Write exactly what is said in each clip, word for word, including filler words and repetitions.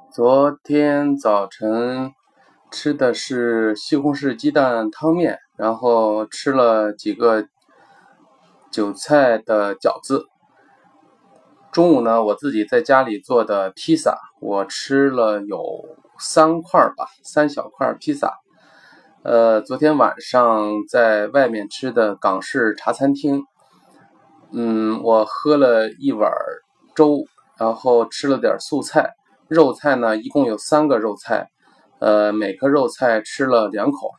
昨天早晨吃的是西红柿鸡蛋汤面，然后吃了几个韭菜的饺子。中午呢，我自己在家里做的披萨，我吃了有三块吧，三小块披萨。呃，昨天晚上在外面吃的港式茶餐厅，嗯，我喝了一碗粥，然后吃了点素菜。肉菜呢，一共有三个肉菜，呃，每个肉菜吃了两口。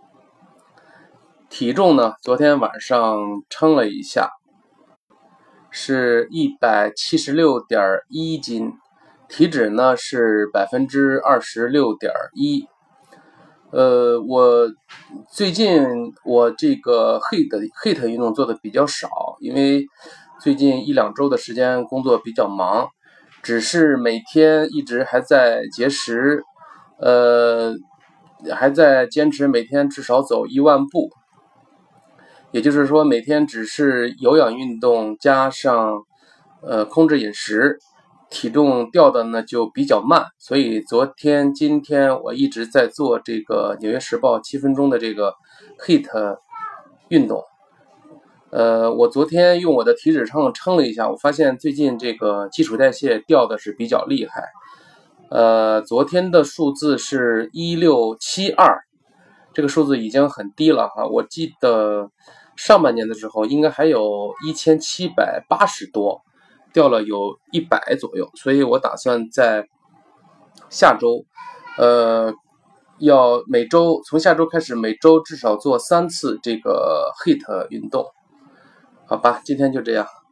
体重呢，昨天晚上称了一下，是一百七十六点一斤，体脂呢是百分之二十六点一。呃，我最近我这个 H I I T H I I T 运动做的比较少，因为最近一两周的时间工作比较忙。只是每天一直还在节食，呃，还在坚持每天至少走一万步，也就是说每天只是有氧运动加上呃控制饮食，体重掉的呢就比较慢。所以昨天今天我一直在做这个纽约时报七分钟的这个 H I I T 运动。呃，我昨天用我的体脂秤称了一下，我发现最近这个基础代谢掉的是比较厉害。呃，昨天的数字是一六七二，这个数字已经很低了哈。我记得上半年的时候应该还有一千七百八十多，掉了有一百左右，所以我打算在下周，呃，要每周从下周开始每周至少做三次这个 H I I T 运动。好吧，今天就这样。